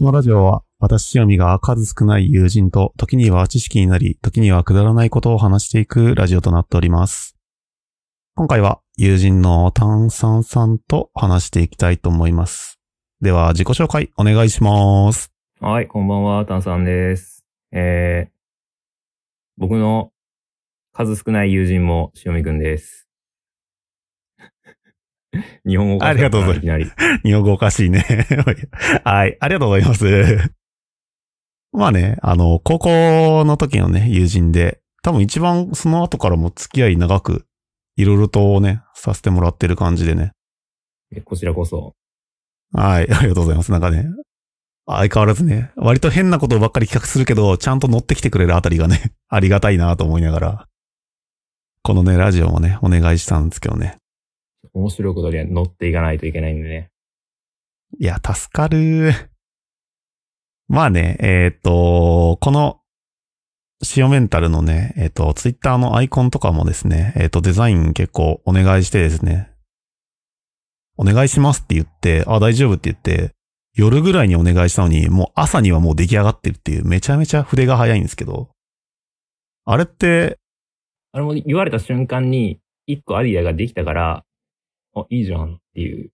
このラジオは私塩見が数少ない友人と時には知識になり、時にはくだらないことを話していくラジオとなっております。今回は友人の炭酸さんと話していきたいと思います。では自己紹介お願いします。 はい、こんばんは、炭酸です。僕の数少ない友人も塩見くんです。日本語おかしい。 ありがとうございます。いきなり。日本語おかしいね。はい、ありがとうございます。まあね、高校の時のね、友人で、多分一番その後からも付き合い長く、いろいろとね、させてもらってる感じでね。 こちらこそ。 はい、ありがとうございます。なんかね、相変わらずね、割と変なことばっかり企画するけど、ちゃんと乗ってきてくれるあたりがね、ありがたいなと思いながら、このね、ラジオもね、お願いしたんですけどね。 面白いことには乗っていかないといけないんでね。 いや、助かる。まあね、この、塩メンタルのね、ツイッターのアイコンとかもですね、デザイン結構お願いしてですね、お願いしますって言って、あ、大丈夫って言って、夜ぐらいにお願いしたのに、もう朝にはもう出来上がってるっていう、めちゃめちゃ筆が早いんですけど、あれって、 あれも言われた瞬間に、一個アイディアができたから、あ、いいじゃんっていう。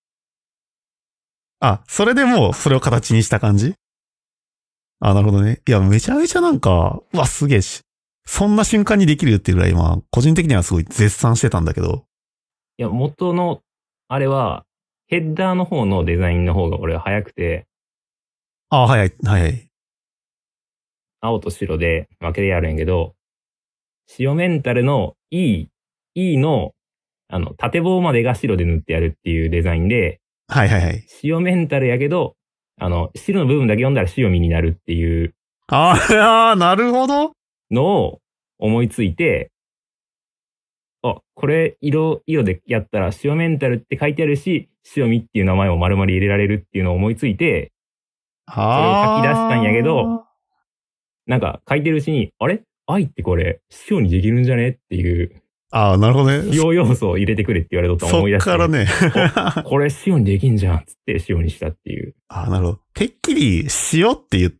あ、それでもうそれを形にした感じ？あ、なるほどね。いや、めちゃめちゃなんか、うわ、すげえし。そんな瞬間にできるっていうぐらい、まあ、個人的にはすごい絶賛してたんだけど。 いや、元の、あれは、ヘッダーの方のデザインの方が俺は早くて。 あ、はい、はい。 青と白で分けてやるんやけど、塩メンタルの E の、縦棒までが白で塗ってやるっていうデザインで、 はいはいはい。 塩メンタルやけど、白の部分だけ読んだら塩味になるっていう。 ああ、なるほど。 のを思いついて、あ、これ色でやったら塩メンタルって書いてあるし、塩味っていう名前を丸々入れられるっていうのを思いついて、それを書き出したんやけど、なんか書いてるうちに、あれ愛ってこれ塩にできるんじゃねっていう。 ああ、なるほどね。 塩要素を入れてくれって言われたと思い出して。 そっからね。 これ塩にできんじゃんっつって塩にしたっていう。 ああ、なるほど。てっきり塩って言って、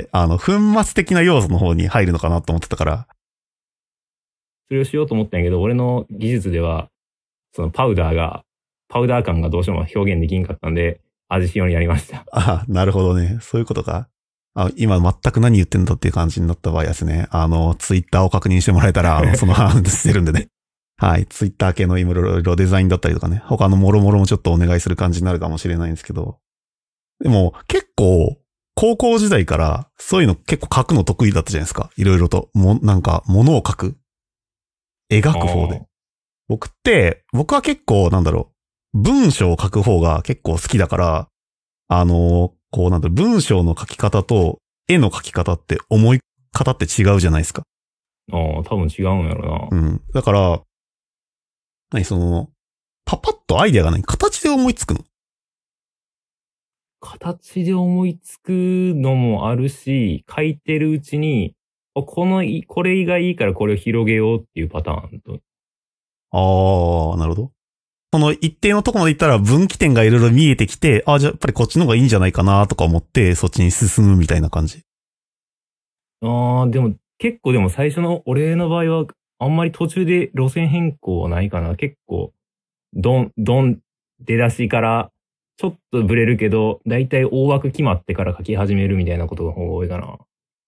粉末的な要素の方に入るのかなと思ってたから。 それをしようと思ったんやけど、俺の技術では、そのパウダー感がどうしても表現できんかったんで、味塩にやりました。 ああ、なるほどね。そういうことか。今全く何言ってんだっていう感じになった場合ですね。ツイッターを確認してもらえたら、その話してるんでね。はい。ツイッター系のいろいろデザインだったりとかね。他のもろもろもちょっとお願いする感じになるかもしれないんですけど。でも、結構、高校時代からそういうの結構書くの得意だったじゃないですか。いろいろと。なんか、物を書く。描く方で。僕は結構、文章を書く方が結構好きだから、文章の書き方と絵の書き方って思い方って違うじゃないですか。 多分違うんやろな。 うん。だから、パパッとアイデアが形で思いつくの。 形で思いつくのもあるし、書いてるうちに、これがいいからこれを広げようっていうパターンと。 ああ、なるほど。その一定のとこまで行ったら分岐点がいろいろ見えてきて、じゃあやっぱりこっちの方がいいんじゃないかなとか思って、そっちに進むみたいな感じ。 でも結構最初の俺の場合は、あんまり途中で路線変更はないかな。結構、ドン、出だしから、ちょっとブレるけど、だいたい大枠決まってから書き始めるみたいなことが多いかな。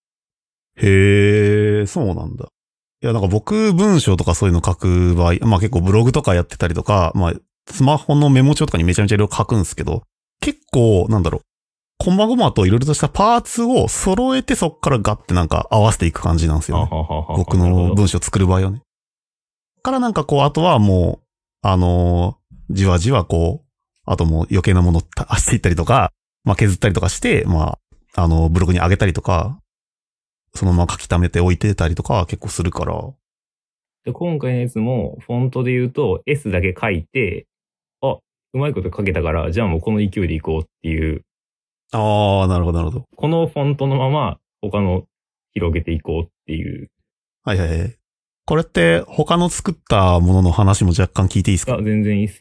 へえ、そうなんだ。いや、僕、文章とかそういうの書く場合、まあ結構ブログとかやってたりとか、まあ、スマホのメモ帳とかにめちゃめちゃいろいろ書くんですけど、結構、こまごまといろいろとしたパーツを揃えてそっからガッて合わせていく感じなんですよね。僕の文章作る場合はね。からあとはもう、じわじわあともう余計なものを足していったりとか、まあ削ったりとかして、まあ、ブログに上げたりとか、そのまま書き溜めて置いてたりとか結構するから。 で、今回のやつも、フォントで言うと、S だけ書いて、うまいこと書けたから、じゃあもうこの勢いでいこうっていう。 ああ、なるほど、なるほど。 このフォントのまま、他の広げていこうっていう。 はいはいはい。これって、他の作ったものの話も若干聞いていいですか？ 全然いいっすよ。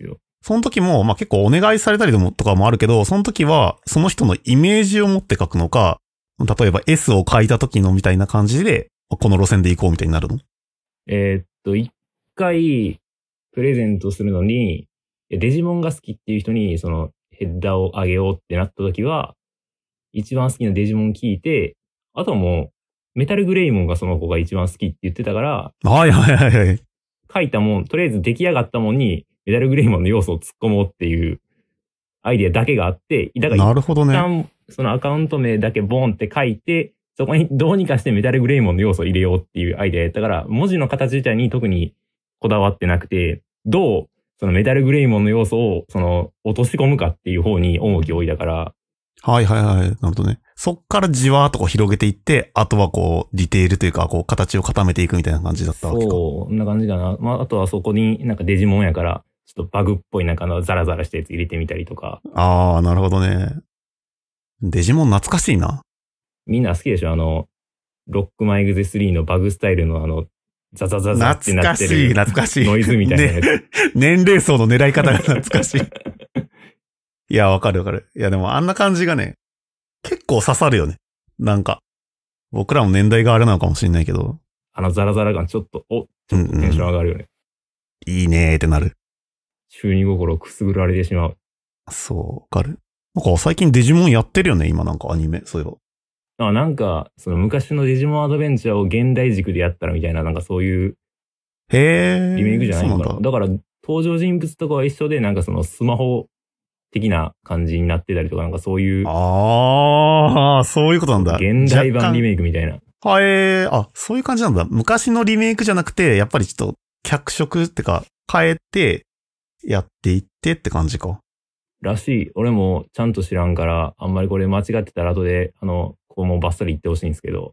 その時も、まあ結構お願いされたりとかもあるけど、その時はその人のイメージを持って書くのか、例えば S を書いた時のみたいな感じで、この路線で行こうみたいになるの？ 一回、プレゼントするのに、デジモンが好きっていう人に、そのヘッダーをあげようってなった時は、一番好きなデジモン聞いて、あとはもう、メタルグレイモンがその子が一番好きって言ってたから、 はいはいはいはい。 書いたもん、とりあえず出来上がったもんに、メタルグレイモンの要素を突っ込もうっていうアイデアだけがあって、だからなるほどね。 一旦そのアカウント名だけボンって書いて、そこにどうにかしてメタルグレイモンの要素を入れようっていうアイデアやったから、文字の形自体に特にこだわってなくて、どうそのメタルグレイモンの要素をその落とし込むかっていう方に重きを置いたから。 はいはいはい。なるほどね。そっからじわーっとこう広げていって、あとはこうディテールというか、こう形を固めていくみたいな感じだったわけか。 そう、こんな感じかな。まあ、あとはそこになんかデジモンやから、ちょっとバグっぽいなんかのザラザラしたやつ入れてみたりとか。 ああ、なるほどね。デジモン懐かしいな。 みんな好きでしょロックマイグゼ3のバグスタイルのザザザザってなってる。 懐かしい。 ノイズみたいなやつ。 ね、年齢層の狙い方が懐かしい。いや、わかるわかる。いや、でもあんな感じがね、結構刺さるよね。なんか、僕らも年代があれなのかもしれないけど。 ザラザラ感ちょっとテンション上がるよね。 いいねーってなる。 中二心をくすぐられてしまう。 そう、わかる。なんか最近デジモンやってるよね、今なんかアニメ、そういえば。 なんか、その昔のデジモンアドベンチャーを現代軸でやったらみたいな、なんかそういうリメイクじゃないのかな。だから登場人物とかは一緒で、なんかそのスマホ的な感じになってたりとか、なんかそういう。 ああ、そういうことなんだ。 現代版リメイクみたいな。 そういう感じなんだ。昔のリメイクじゃなくて、やっぱりちょっと脚色ってか変えてやっていってって感じか。 らしい。俺もちゃんと知らんから、あんまりこれ間違ってたら後で、ここもバッサリ言ってほしいんですけど。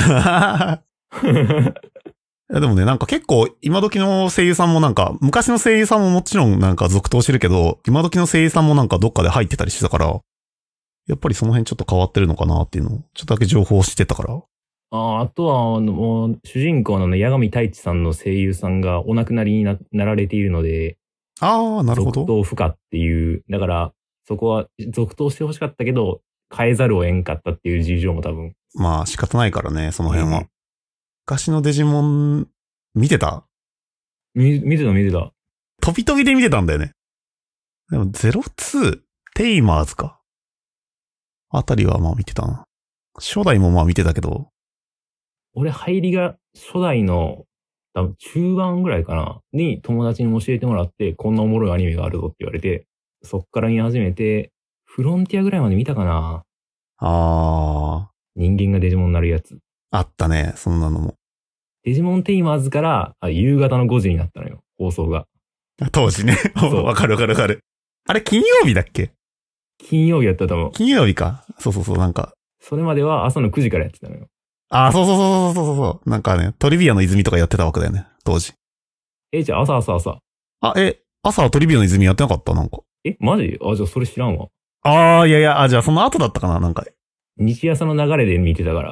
でもね、なんか結構今時の声優さんもなんか、昔の声優さんももちろんなんか続投してるけど、今時の声優さんもなんかどっかで入ってたりしてたから、やっぱりその辺ちょっと変わってるのかなっていうのを、ちょっとだけ情報を知ってたから。 あとは、もう、主人公の八神太一さんの声優さんがお亡くなりに なられているので、 ああ、なるほど。 続投不可っていう、だから、そこは続投してほしかったけど、変えざるを得んかったっていう事情も多分。 まあ仕方ないからね、その辺は。昔のデジモン、見てた？ 見てた。 飛び飛びで見てたんだよね。でも02、テイマーズか。あたりはまあ見てたな。初代もまあ見てたけど。 俺入りが初代の多分中盤ぐらいかなに友達に教えてもらって、こんなおもろいアニメがあるぞって言われて、そっから見始めて、フロンティアぐらいまで見たかな。人間がデジモンになるやつ。 あったね、そんなのも。 デジモンテイマーズから夕方の5時になったのよ、放送が。 当時ね。わかる。あれ金曜日だっけ？ 金曜日やったと思う。 金曜日か。そう、なんか。 それまでは朝の9時からやってたのよ。 そう。なんかね、トリビアの泉とかやってたわけだよね、当時。 じゃあ朝。 朝はトリビアの泉やってなかったなんか。 マジ？じゃあそれ知らんわ。 いや、じゃあその後だったかななんか。 日朝の流れで見てたから。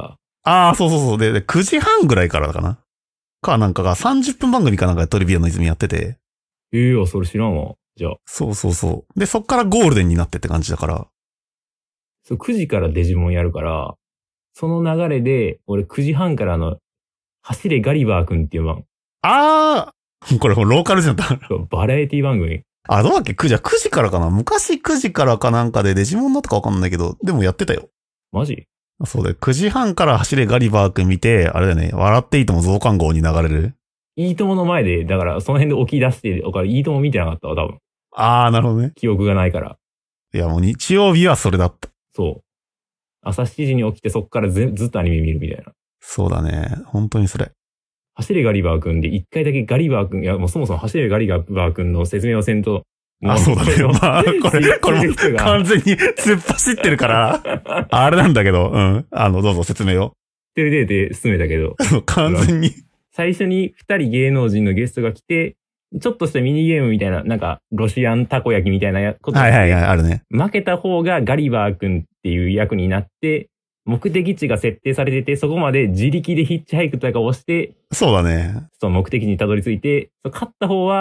そう。で、9時半ぐらいからかな。なんかが30分番組かなんかでトリビアの泉やってて。 それ知らんわ。じゃあ。 そう。で、そっからゴールデンになってって感じだから。 9時からデジモンやるから、その流れで、俺9時半から走れガリバーくんっていう番。 これローカルじゃん。 バラエティ番組。 どうだっけ？9時からかな？昔9時からかなんかでデジモンだったかわかんないけど、でもやってたよ。 マジ？ そうだよ。9時半から走れガリバーくん見て、あれだよね。笑っていいとも増刊号に流れる。 いいともの前で、だからその辺で起き出して、いいとも見てなかったわ、多分。 なるほどね。 記憶がないから。 いや、もう日曜日はそれだった。 そう。朝7時に起きてそっからずっとアニメ見るみたいな。 そうだね。本当にそれ。 走れガリバーくんで一回だけガリバーくん、いやもうそもそも走れガリバーくんの説明をせんと。 そうだね。これも完全に突っ走ってるから、あれなんだけど、どうぞ説明を。 テレデーで進めたけど。 完全に。 最初に2人芸能人のゲストが来て、ちょっとしたミニゲームみたいな、なんか、ロシアンたこ焼きみたいなことはい、あるね。 負けた方がガリバーくんっていう役になって、目的地が設定されてて、そこまで自力でヒッチハイクとかをして、 そうだね。 その目的地にたどり着いて、勝った方は、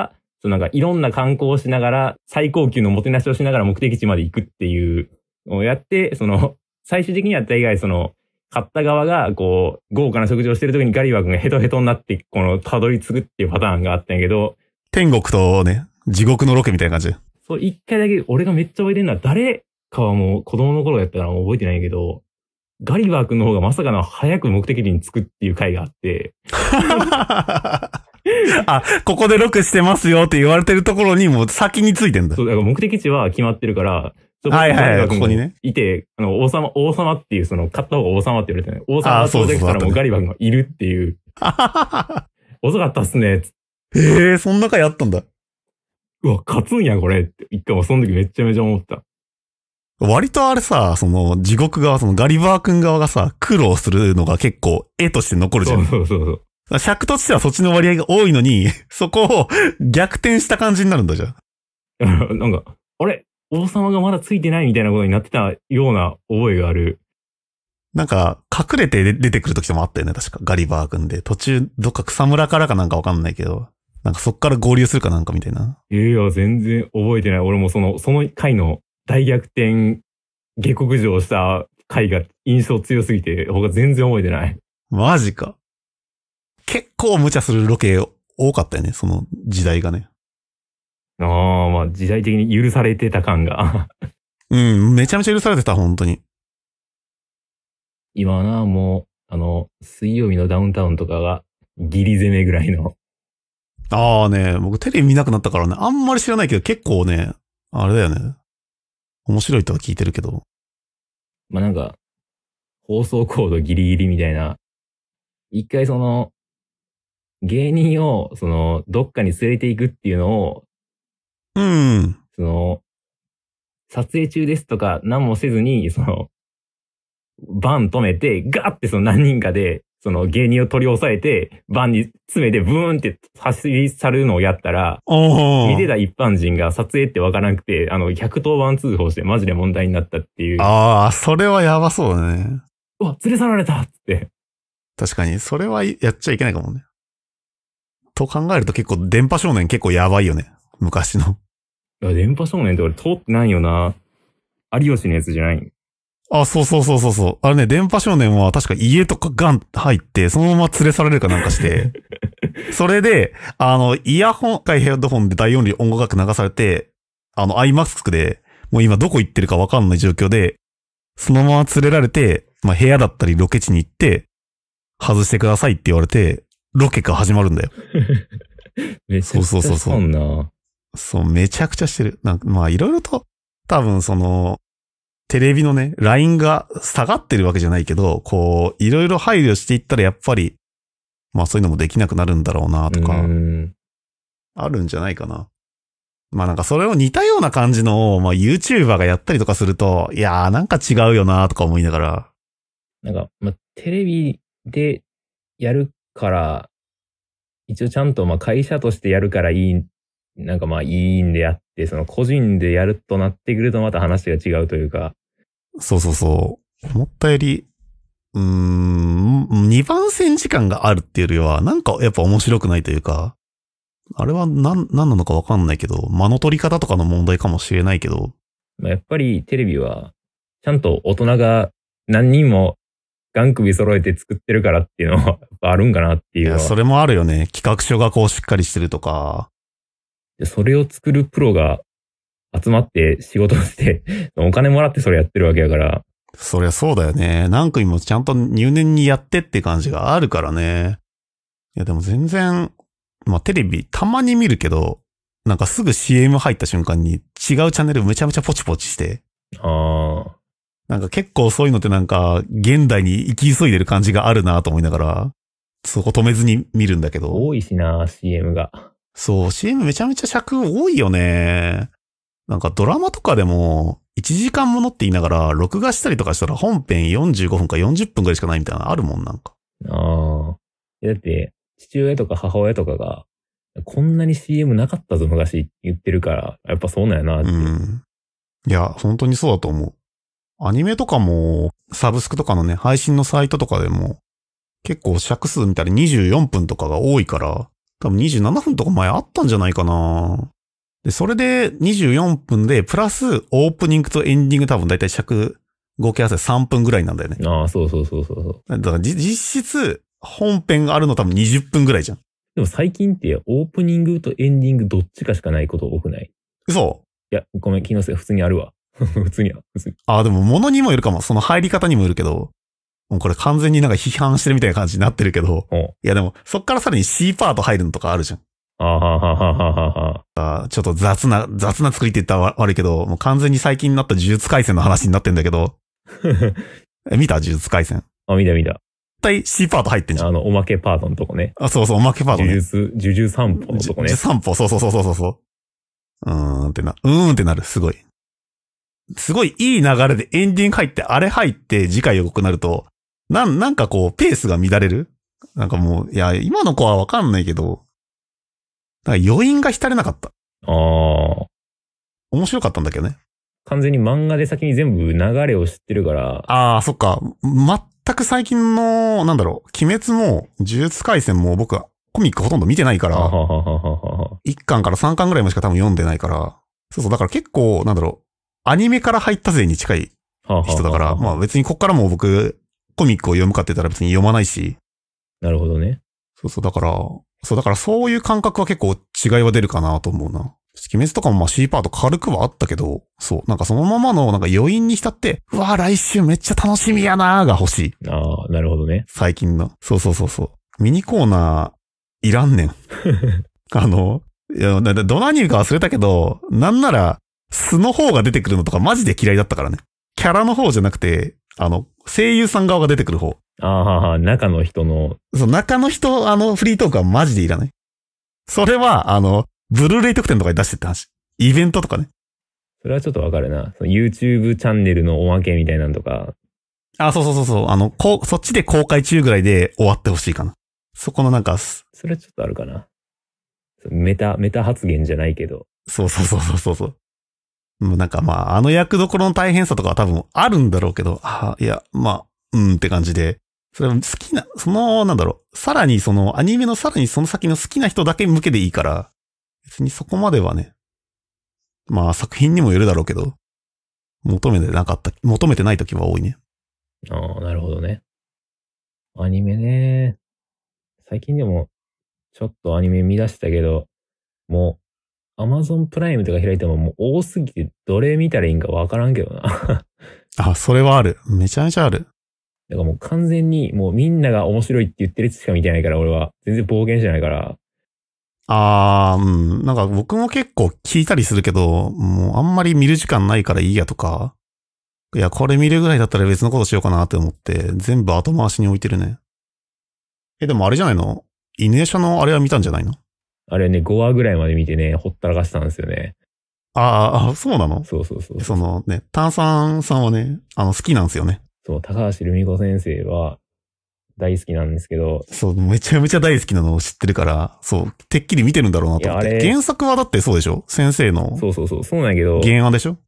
なんかいろんな観光をしながら、最高級のもてなしをしながら目的地まで行くっていうのをやって、最終的には大概買った側が、こう、豪華な食事をしてる時にガリバー君がヘトヘトになって、たどり着くっていうパターンがあったんやけど。 天国とね、地獄のロケみたいな感じ。 そう、一回だけ、俺がめっちゃ覚えてるのは、誰かはもう子供の頃やったからもう覚えてないけど、ガリバー君の方がまさかの早く目的地に着くっていう回があって。 あ、ここでロケしてますよって言われてるところにもう先に着いてんだ。 そう、だから目的地は決まってるから、 はいはいはい、ここにね。 いて、王様っていう、買った方が王様って言われてね。王様が到着したらもうガリバーがいるっていう。遅かったっすね。 そんな回あったんだ。 うわ、勝つんや、これって。一回もその時めちゃめちゃ思った。 割とあれさ、地獄側、ガリバー君側がさ、苦労するのが結構絵として残るじゃん。 そう。 尺としてはそっちの割合が多いのに、そこを逆転した感じになるんだじゃん。 なんか、あれ王様がまだついてないみたいなことになってたような覚えがある。 なんか、隠れて出てくる時もあったよね、確か。ガリバー君で。途中、どっか草むらからかなんかわかんないけど、なんかそっから合流するかなんかみたいな。 いや、全然覚えてない。俺もその回の大逆転、下克上した回が印象強すぎて、他全然覚えてない。 マジか。結構無茶するロケ多かったよね、その時代がね。 ああ、まあ時代的に許されてた感が。 うん、めちゃめちゃ許されてた、本当に。 今はな、もう、水曜日のダウンタウンとかがギリ攻めぐらいの。 ああね、僕テレビ見なくなったからね、あんまり知らないけど結構ね、あれだよね。面白いとは聞いてるけど。 まあなんか、放送コードギリギリみたいな。一回芸人を、どっかに連れて行くっていうのを、 うん。 撮影中ですとか何もせずに、バン止めて、ガーって何人かで、芸人を取り押さえて、バンに詰めてブーンって走り去るのをやったら、見てた一般人が撮影ってわからなくて、110番通報してマジで問題になったっていう。 ああ、それはやばそうだね。 うわ、連れ去られたっつって。 確かに、それはやっちゃいけないかもね。と考えると結構、電波少年結構やばいよね。昔の。 いや、電波少年って俺通ってないよな。有吉のやつじゃない。 あ、そう。あれね、電波少年は確か家とかガン入って、そのまま連れ去られるかなんかして、それで、イヤホンかヘッドホンで大音量音楽流されて、アイマスクで、もう今どこ行ってるかわかんない状況で、そのまま連れられて、まあ部屋だったりロケ地に行って、外してくださいって言われて、ロケが始まるんだよ。 めちゃくちゃそんな。 そう、めちゃくちゃしてる。なんか、まあいろいろと、多分テレビのね、ラインが下がってるわけじゃないけど、こう、いろいろ配慮していったらやっぱり、まあそういうのもできなくなるんだろうなとか、あるんじゃないかな。まあなんかそれを似たような感じの、まあ YouTuber がやったりとかすると、いやーなんか違うよなとか思いながら。 なんか、まあテレビでやるから、一応ちゃんとまあ会社としてやるからいい、なんかまあいいんであって、個人でやるとなってくるとまた話が違うというか。 そう。思ったより、2番線時間があるっていうよりは、なんかやっぱ面白くないというか、あれは何なのかわかんないけど、間の取り方とかの問題かもしれないけど。 まあ、やっぱりテレビは、ちゃんと大人が何人もガン首揃えて作ってるからっていうのはあるんかなっていうのは。 いや、それもあるよね。企画書がこうしっかりしてるとか。 それを作るプロが集まって仕事をして、お金もらってそれやってるわけやから。 そりゃそうだよね。何組もちゃんと入念にやってって感じがあるからね。いや、でも全然、まあテレビたまに見るけど、なんかすぐ CM 入った瞬間に違うチャンネルめちゃめちゃポチポチして。なんか結構そういうのってなんか現代に行き急いでる感じがあるなと思いながら、そこ止めずに見るんだけど。 多いしな、CM が。 そう、CM めちゃめちゃ尺多いよね。なんかドラマとかでも、1時間ものって言いながら、録画したりとかしたら本編45分か40分くらいしかないみたいなのあるもん、なんか。 だって、父親とか母親とかが、こんなに CM なかったぞ、昔言ってるから、やっぱそうなんやなって。 いや、本当にそうだと思う。アニメとかも、サブスクとかのね、配信のサイトとかでも、結構尺数見たら24分とかが多いから、 多分27分とか前あったんじゃないかな。で、それで24分で、プラスオープニングとエンディング多分だいたい尺、合計合わせ3分ぐらいなんだよね。 ああ、そうそうそうそうそう。 だから実質、本編があるの多分20分ぐらいじゃん。 でも最近ってオープニングとエンディングどっちかしかないこと多くない？ 嘘？ いや、ごめん、気のせい、普通にあるわ。普通に。 ああ、でも物にもよるかも。その入り方にもよるけど、もうこれ完全になんか批判してるみたいな感じになってるけど、いやでも、そっからさらに C パート入るのとかあるじゃん。 あははははは。 ちょっと雑な作りって言ったら悪いけど、もう完全に最近になった呪術廻戦の話になってんだけど、見た呪術廻戦。 あ、見た。 絶対 C パート入ってんじゃん。 おまけパートのとこね。 あ、そうそう、おまけパートね。 呪術散歩のとこね。 呪術散歩、そう。ってなる、すごい。すごいいい流れでエンディング入って、あれ入って次回予告になると、なんかこう、ペースが乱れる？なんかもう、いや、今の子はわかんないけど、だから余韻が浸れなかった。 ああ。 面白かったんだけどね。 完全に漫画で先に全部流れを知ってるから。 ああ、そっか。全く最近の、鬼滅も、呪術廻戦も僕はコミックほとんど見てないから、1巻から3巻ぐらいまでしか多分読んでないから、そう、だから結構、アニメから入った勢に近い人だから、まあ別にこっからも僕、コミックを読むかって言ったら別に読まないし。 なるほどね。 だからそういう感覚は結構違いは出るかなと思うな。鬼滅とかもまあ C パート軽くはあったけど、そう、そのままの余韻に浸って、うわぁ来週めっちゃ楽しみやなーが欲しい。 ああ、なるほどね。 最近の。そう。ミニコーナー、いらんねん。いや、どのアニメか忘れたけど、なんなら、素の方が出てくるのとかマジで嫌いだったからね。キャラの方じゃなくて、声優さん側が出てくる方。 ああ、中の人の。 そう、中の人、フリートークはマジでいらない。それは、ブルーレイ特典とかに出してって話。イベントとかね。 それはちょっとわかるな。YouTube チャンネルのおまけみたいなのとか。 あ、そう。そっちで公開中ぐらいで終わってほしいかな。そこのそれちょっとあるかな。メタ発言じゃないけど。 そう。もうまあ、役どころの大変さとかは多分あるんだろうけど、いや、まあ、って感じで。それ好きな、さらにアニメのさらにその先の好きな人だけ向けでいいから、別にそこまではね、まあ作品にもよるだろうけど、求めてない時は多いね。 ああ、なるほどね。アニメね。最近でも、ちょっとアニメ見出したけど、もう、Amazon プライムとか開いてももう多すぎてどれ見たらいいんかわからんけどな。 あ、それはある。めちゃめちゃある。 だからもう完全にもうみんなが面白いって言ってるやつしか見てないから俺は。全然冒険してないから。 僕も結構聞いたりするけど、もうあんまり見る時間ないからいいやとか、いや、これ見るぐらいだったら別のことしようかなって思って、全部後回しに置いてるね。でもあれじゃないの？犬夜叉のあれは見たんじゃないの？ あれね、5話ぐらいまで見てね、ほったらかしたんですよね。 そうなの？ そう。 炭酸さんはね、好きなんですよね。 そう、高橋留美子先生は大好きなんですけど。 そう、めちゃめちゃ大好きなのを知ってるから、そう、てっきり見てるんだろうなと思って。原作はだってそうでしょ？先生の。 そうなんやけど。 原案でしょ？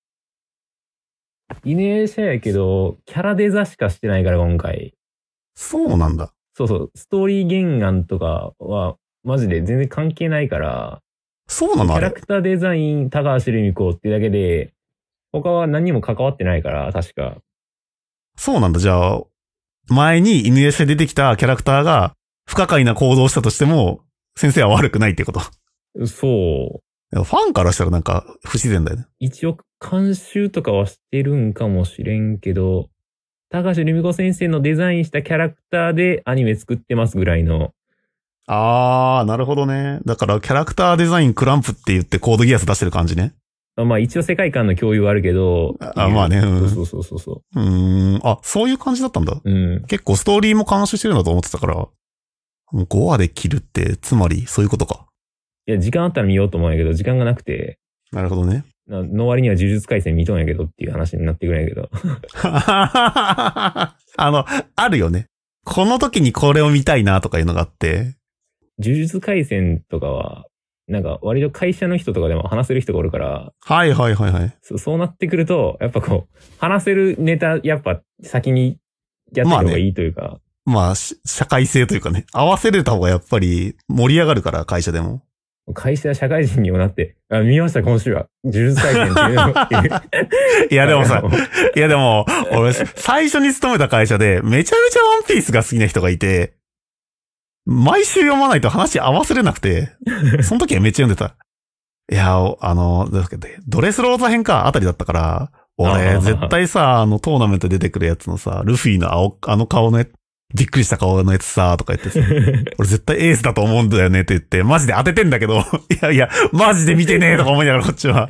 イメージやけど、キャラデザしかしてないから今回。 そうなんだ。 そう、ストーリー原案とかは、マジで全然関係ないから。 そうなの？ キャラクターデザイン、高橋留美子っていうだけで、他は何にも関わってないから、確か。 そうなんだ。じゃあ、前に犬夜叉で出てきたキャラクターが不可解な行動をしたとしても、先生は悪くないってこと。 そう。 ファンからしたら不自然だよね。 一応監修とかはしてるんかもしれんけど、高橋留美子先生のデザインしたキャラクターでアニメ作ってますぐらいの。 なるほどね。だからキャラクターデザインクランプって言ってコードギアス出してる感じね。 まあ一応世界観の共有はあるけど。 まあね。 そう。 そういう感じだったんだ。 うん。 結構ストーリーも監修してるんだと思ってたから、5話で切るって、つまりそういうことか。 いや、時間あったら見ようと思うんやけど、時間がなくて。 なるほどね。 の割には呪術廻戦見とんやけどっていう話になってくるんやけど。 あるよね。この時にこれを見たいなとかいうのがあって。 呪術廻戦とかは、割と会社の人とかでも話せる人がおるから。 はい。 そうなってくると、やっぱ話せるネタ、やっぱ先にやった方がいいというか。 まあ、社会性というかね、合わせれた方がやっぱり盛り上がるから、会社でも。 会社社会人にもなって、見ました、今週は。呪術廻戦っていうのっていう。 いやでもさ、俺、最初に勤めた会社で、めちゃめちゃワンピースが好きな人がいて、毎週読まないと話合わせれなくて、その時はめっちゃ読んでた。いや、ドレスローザ編かあたりだったから、俺、絶対さ、トーナメント出てくるやつのさ、ルフィの顔のびっくりした顔のやつさ、とか言ってさ、俺絶対エースだと思うんだよねって言って、マジで当ててんだけど、いや、マジで見てねえとか思いながらこっちは。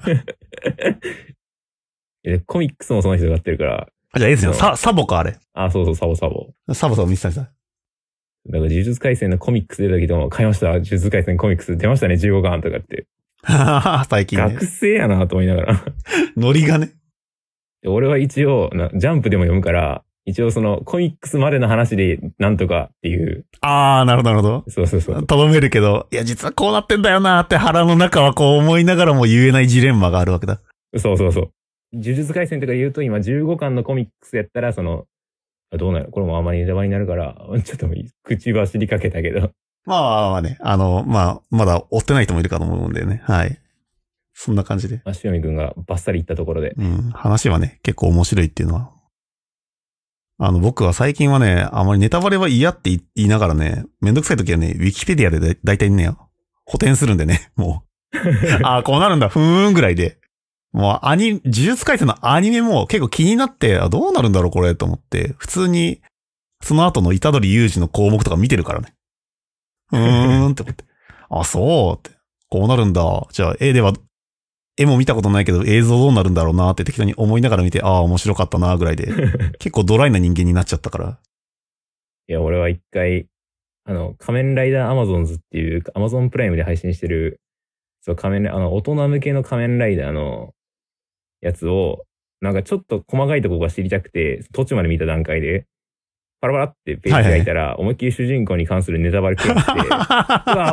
コミックスもその人がやってるから。 じゃあエースじゃん。サボか、あれ。 そうそう、サボ。 サボ見てたさ。 だから呪術廻戦のコミックス出た時も、買いました、呪術廻戦コミックス出ましたね、15巻とかって。 最近ね。 学生やなと思いながら。 ノリがね。 俺は一応、ジャンプでも読むから、一応そのコミックスまでの話でなんとかっていう。 なるほど。 そう。 とどめるけど、いや実はこうなってんだよなって腹の中はこう思いながらも言えないジレンマがあるわけだ。 そう。呪術廻戦とか言うと今15巻のコミックスやったらどうなる？これもあんまりネタバレになるから、ちょっと口走りかけたけど。 まあね、まだ追ってない人もいるかと思うんでね。はい。そんな感じで。 塩見くんがバッサリ言ったところで。 話はね、結構面白いっていうのは。僕は最近はね、あまりネタバレは嫌って言いながらね、めんどくさい時はね、ウィキペディアでだいたいね、補填するんでね、もう。こうなるんだ、ふーんぐらいで。もう呪術廻戦のアニメも結構気になって、どうなるんだろうこれと思って、普通に、その後の虎杖裕二の項目とか見てるからね。って思って。そうって。こうなるんだ。じゃあ、では、絵も見たことないけど映像どうなるんだろうなって適当に思いながら見て、面白かったなぐらいで、結構ドライな人間になっちゃったから。 いや、俺は一回、仮面ライダーアマゾンズっていう、アマゾンプライムで配信してる、大人向けの仮面ライダーのやつを、なんかちょっと細かいところが知りたくて、途中まで見た段階で、パラパラってページ開いたら、思いっきり主人公に関するネタバレ食らって、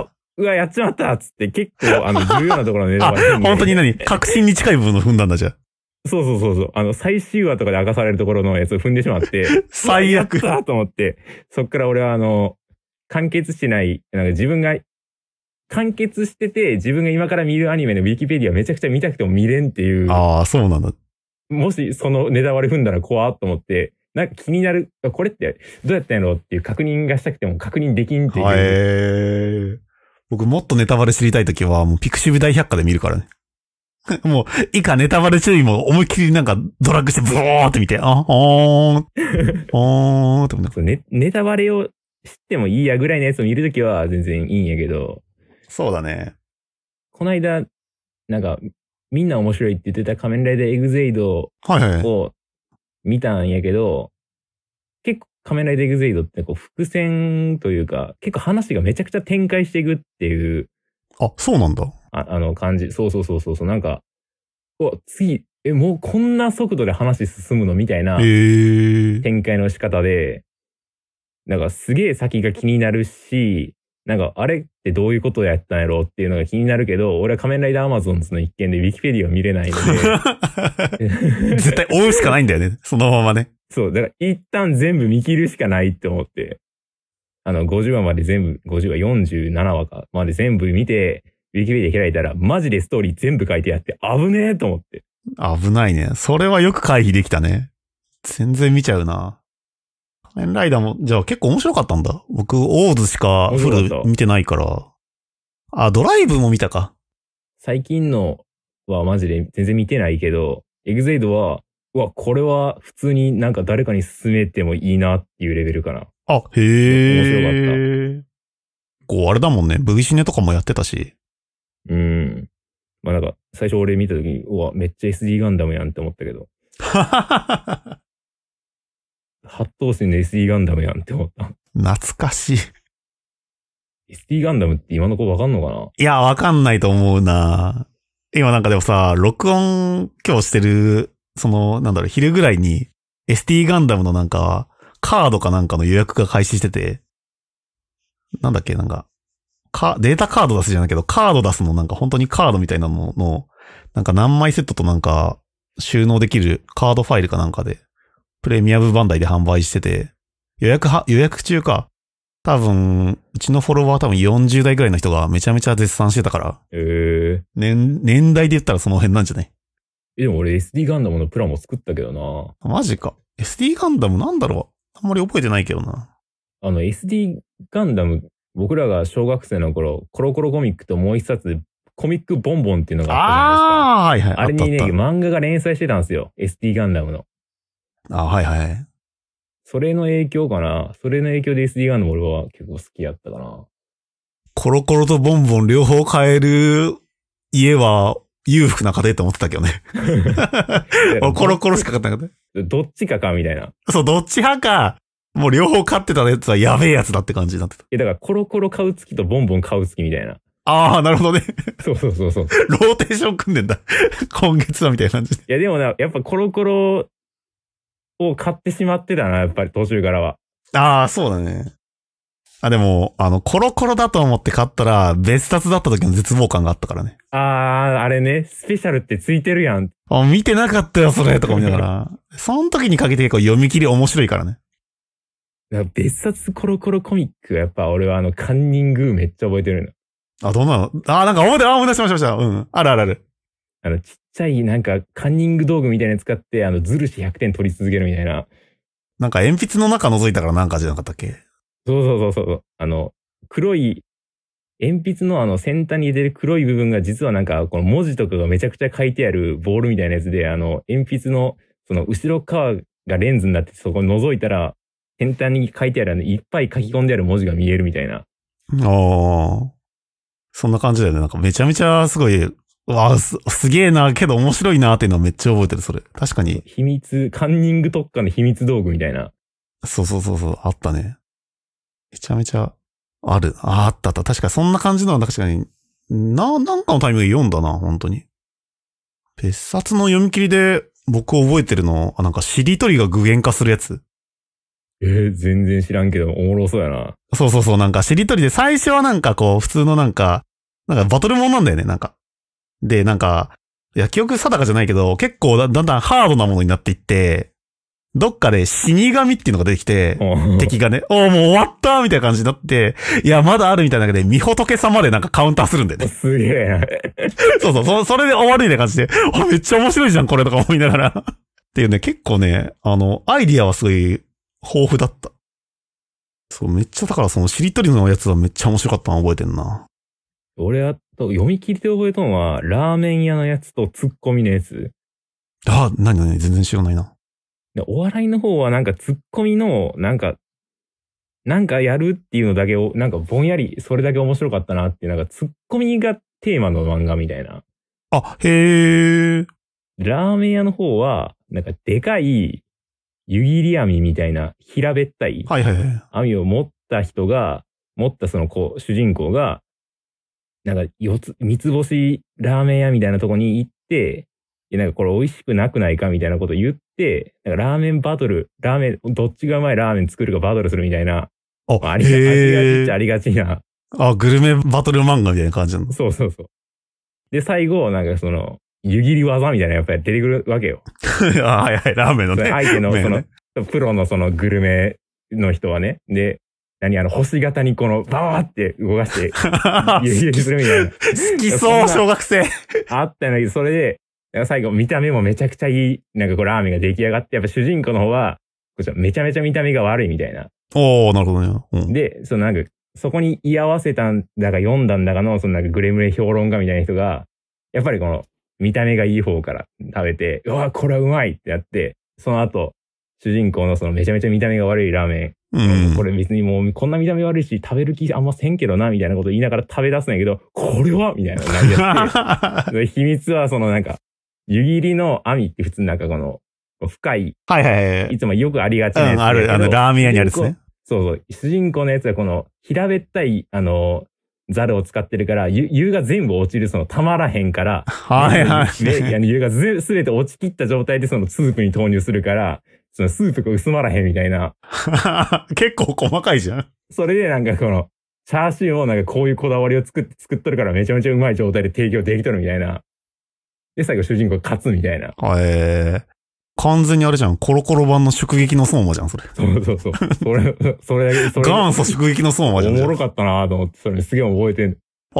うわ、やっちまったっつって、結構、重要なところのネタバレ。 本当に確信に近い部分を踏んだんだじゃ。 そう。最終話とかで明かされるところのやつを踏んでしまって、 最悪。 やったと思って、そっから俺は完結してない、自分が、完結してて、自分が今から見るアニメのウィキペディアめちゃくちゃ見たくても見れんっていう。 そうなんだ。 もしそのネタバレ踏んだら怖っと思って、なんか気になる、これってどうやったんやろうっていう確認がしたくても確認できんっていう。 僕もっとネタバレ知りたいときは、もうピクシブ大百科で見るからね。もう、以下ネタバレ注意も思いっきりなんかドラッグしてブーって見て、ってネタバレを知ってもいいやぐらいのやつを見るときは全然いいんやけど。 そうだね。 この間、なんか、みんな面白いって言ってた仮面ライダーエグゼイドを見たんやけど、結構仮面ライダーエグゼイドって伏線というか、結構話がめちゃくちゃ展開していくっていう。 そうなんだ。 感じ。そう。なんか、次、もうこんな速度で話進むのみたいな展開の仕方で、なんかすげえ先が気になるし、なんかあれってどういうことやったんやろうっていうのが気になるけど、俺は仮面ライダーアマゾンズの一件でウィキペディアを見れないので。 絶対追うしかないんだよね。そのままね。 そう、だから一旦全部見切るしかないって思って、50話まで全部、50話47話かまで全部見て、ウィキペディア開いたら、マジでストーリー全部書いてあって、危ねえと思って。 危ないね。それはよく回避できたね。全然見ちゃうな。仮面ライダーも、じゃあ結構面白かったんだ。僕、オーズしかフル見てないから。ドライブも見たか。 最近のはマジで全然見てないけど、エグゼイドは、これは普通になんか誰かに勧めてもいいなっていうレベルかな。 へえ。面白かった。あれだもんね。ブギシネとかもやってたし。 まあなんか、最初俺見た時に、めっちゃ SD ガンダムやんって思ったけど。八頭身の SD ガンダムやんって思った。 懐かしい。 SD ガンダムって今の子わかんのかな？ いや、わかんないと思うな。今なんかでもさ、録音今日してる、昼ぐらいに SD ガンダムのなんか、カードかなんかの予約が開始してて、なんだっけ、なんか、データカード出すじゃないけど、カード出すのなんか本当にカードみたいなのの、なんか何枚セットとなんか収納できるカードファイルかなんかで、プレミアムバンダイで販売してて、 予約中か。多分、うちのフォロワー多分40代ぐらいの人がめちゃめちゃ絶賛してたから。年代で言ったらその辺なんじゃない？ でも俺 SD ガンダムのプラも作ったけどな。 マジか。SD ガンダムなんだろう？あんまり覚えてないけどな。 SD ガンダム、僕らが小学生の頃、コロコロコミックともう一冊、コミックボンボンっていうのがあったじゃないですか。 はいはい。 あれにね、 あった。 漫画が連載してたんですよ。SD ガンダムの。 はいはい。 それの影響かな。それの影響で SD ガンダム俺は結構好きやったかな。 コロコロとボンボン両方買える家は裕福な家庭って思ってたけどね。俺コロコロしか買ってなかった。 どっちかみたいな。 そう、どっち派か。もう両方買ってたやつはやべえやつだって感じになってた。 だからコロコロ買う月とボンボン買う月みたいな。 ああ、なるほどね。 そう。ローテーション組んでんだ。今月はみたいな感じ。 いやでもな、やっぱコロコロを買ってしまってたな、やっぱり途中からは。 ああ、そうだね。でも、コロコロだと思って買ったら、別冊だった時の絶望感があったからね。 あれね、スペシャルってついてるやん。 見てなかったよ、それ、とか思いながら。その時にかけて結構読み切り面白いからね。 別冊コロコロコミック、やっぱ俺はカンニングめっちゃ覚えてるの。どんなの？なんか思い出しました。うん。ある。 ちっちゃいなんかカンニング道具みたいなの使って、ズルして100点取り続けるみたいな。 なんか鉛筆の中覗いたからなんかじゃなかったっけ？ そう。黒い、鉛筆の先端に入れる黒い部分が実はなんか、この文字とかがめちゃくちゃ書いてあるボールみたいなやつで、鉛筆のその後ろ側がレンズになってそこ覗いたら、先端に書いてあるいっぱい書き込んである文字が見えるみたいな。 そんな感じだよね。なんかめちゃめちゃすごい、すげえな、けど面白いなっていうのをめっちゃ覚えてる、それ。確かに。 カンニング特化の秘密道具みたいな。 そう、あったね。めちゃめちゃ、ある。あった。確かにそんな感じのは確かに、なんかのタイミングで読んだな、本当に。別冊の読み切りで僕覚えてるの、なんかしりとりが具現化するやつ。 全然知らんけど、おもろそうやな。 そう、なんかしりとりで最初はなんかこう、普通のなんかバトルもんなんだよね、なんか。で、なんか、いや、記憶定かじゃないけど、結構だんだんハードなものになっていって、どっかで死神っていうのが出てきて、敵がね、もう終わったみたいな感じになって、いや、まだあるみたいな中で、みほとけさまでなんかカウンターするんだよね。 すげえな。 それで終わるみたいな感じで、めっちゃ面白いじゃん、これとか思いながら。っていうね、結構ね、アイディアはすごい豊富だった。そう、めっちゃだからそのしりとりのやつはめっちゃ面白かったの覚えてんな。 俺読み切りで覚えたのは、ラーメン屋のやつとツッコミのやつ。 何全然知らないな。 でお笑いの方はなんかツッコミの、なんかやるっていうのだけを、なんかぼんやりそれだけ面白かったなっていう、なんかツッコミがテーマの漫画みたいな。 へー。 ラーメン屋の方は、なんかでかい湯切り網みたいな平べったい網を持った人が、持ったその主人公が、なんか三つ星ラーメン屋みたいなとこに行って、なんかこれ美味しくなくないかみたいなこと言って、なんかラーメンバトル、どっちがうまいラーメン作るかバトルするみたいな。ありがちっちゃありがちな。 グルメバトル漫画みたいな感じなの。 そう。で、最後、なんかその、湯切り技みたいなやっぱり出てくるわけよ。 はい、ラーメンのね。 相手のその、プロのそのグルメの人はね。で、星型にこの、バーって動かして、湯切りするみたいな。 好きそう、小学生。 あったんだけど、それで、最後見た目もめちゃくちゃいい、なんかラーメンが出来上がって、やっぱ主人公の方は、めちゃめちゃ見た目が悪いみたいな。 なるほどね。 で、なんか、そこに居合わせたんだか読んだんだかの、なんかグレムレ評論家みたいな人が、やっぱりこの、見た目がいい方から食べて、うわ、これはうまいってやって、その後、主人公のそのめちゃめちゃ見た目が悪いラーメン、これ別にもうこんな見た目悪いし食べる気あんませんけどなみたいなこと言いながら食べ出すんやけど、これはみたいな感じで秘密はそのなんか湯切りの網って普通なんかこの深い、いつもよくありがちなやつだけど、 ラーメン屋にあるですね。 そう主人公のやつはこの平べったいザルを使ってるから、湯が全部落ちる、たまらへんから、で、湯がすべて落ちきった状態でそのスープに投入するから、そのスープが薄まらへんみたいな。 結構細かいじゃん。 それでなんかこの、チャーシューをなんかこういうこだわりを作っとるからめちゃめちゃうまい状態で提供できとるみたいな。で、最後主人公勝つみたいな。 完全にあれじゃん。コロコロ版の宿撃の相馬じゃん、それ。 そうそうそう。それだけ、 元祖宿撃の相馬じゃん。 おもろかったなと思って、それすげえ覚えてん。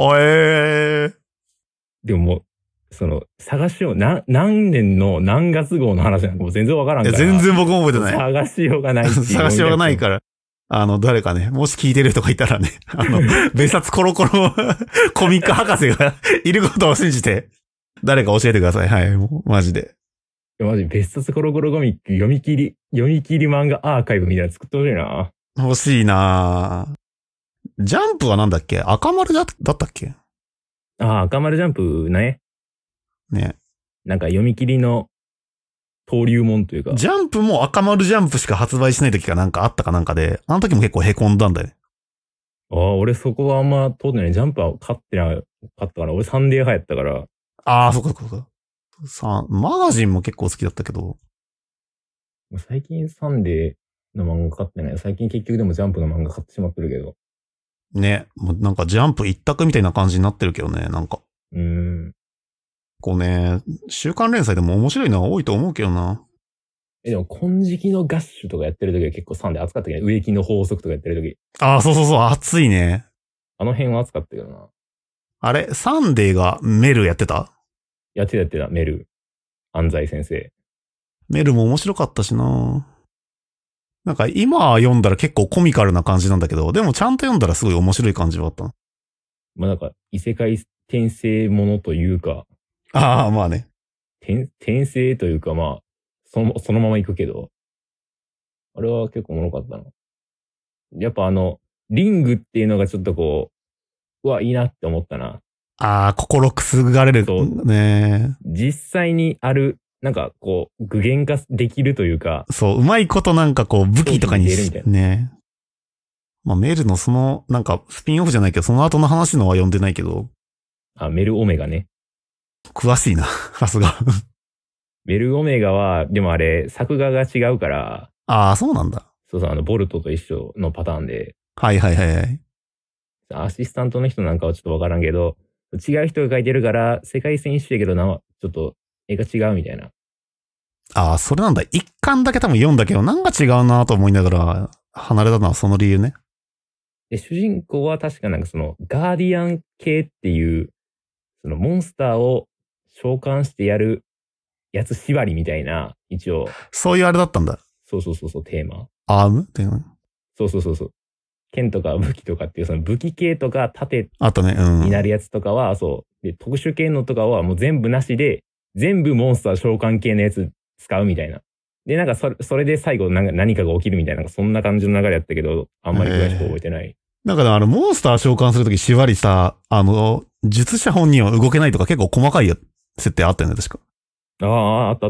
でももう、探しよう、何年の何月号の話なんかもう全然わからんから。 全然僕も覚えてない。 探しようがないっていう。 探しようがないから。誰かね、もし聞いてる人がいたらね、別冊コロコロコミック博士がいることを信じて、誰か教えてください。はい、もう、マジで。 マジ、別冊コロコロコミック読み切り漫画アーカイブみたいなの作ってほしいな。 欲しいなジャンプはなんだっけ？赤丸だったっけ？ 赤丸ジャンプね。 ね。 なんか読み切りの登竜門というか。 ジャンプも赤丸ジャンプしか発売しない時がなんかあったかなんかで、あの時も結構凹んだんだよね。 俺そこはあんま通ってない。ジャンプは買ってなかったから、俺サンデー派やったから。 そっかそっか。マガジンも結構好きだったけど。 最近サンデーの漫画買ってない。最近結局でもジャンプの漫画買ってしまってるけど。 ね。もうなんかジャンプ一択みたいな感じになってるけどね、なんか。こうね、週刊連載でも面白いのは多いと思うけどな。 でも、金色のガッシュとかやってる時は結構サンデー熱かったけど、植木の法則とかやってる時。 そう、熱いね。 あの辺は熱かったけどな。 あれ、サンデーがメルやってた？ やってた、メル。安西先生。 メルも面白かったしな。なんか今読んだら結構コミカルな感じなんだけど、でもちゃんと読んだらすごい面白い感じはあった。 まあなんか、異世界転生ものというか。 まあね。 転生というかまあ、そのまま行くけど。あれは結構おもろかったな。やっぱリングっていうのがちょっとこう、うわ、いいなって思ったな。 心くすがれる。ね。 実際にある、なんかこう、具現化できるというか。 そう、うまいことなんかこう、武器とかにしてね。まあメルのなんかスピンオフじゃないけど、その後の話のは読んでないけど。 メルオメガね。 詳しいな、さすが。 メルオメガは、でもあれ、作画が違うから。 そうなんだ。 そう、ボルトと一緒のパターンで。 はい。 アシスタントの人なんかはちょっとわからんけど、違う人が書いてるから、世界線一緒やけどちょっと絵が違うみたいな。 それなんだ。一巻だけ多分読んだけど、なんか違うなと思いながら、離れたのはその理由ね。 で、主人公は確かなんかガーディアン系っていう、モンスターを召喚してやるやつ縛りみたいな、一応。 そういうあれだったんだ。 そう、テーマ。 アームっていうの？ そう。剣とか武器とかっていう武器系とか盾になるやつとかは、そう。で、特殊系のとかはもう全部なしで、全部モンスター召喚系のやつ使うみたいな。で、なんかそれで最後何かが起きるみたいな、そんな感じの流れやったけど、あんまり詳しく覚えてない。 なんかモンスター召喚するとき縛りさ、術者本人は動けないとか結構細かい設定あったよね、確か。 あった。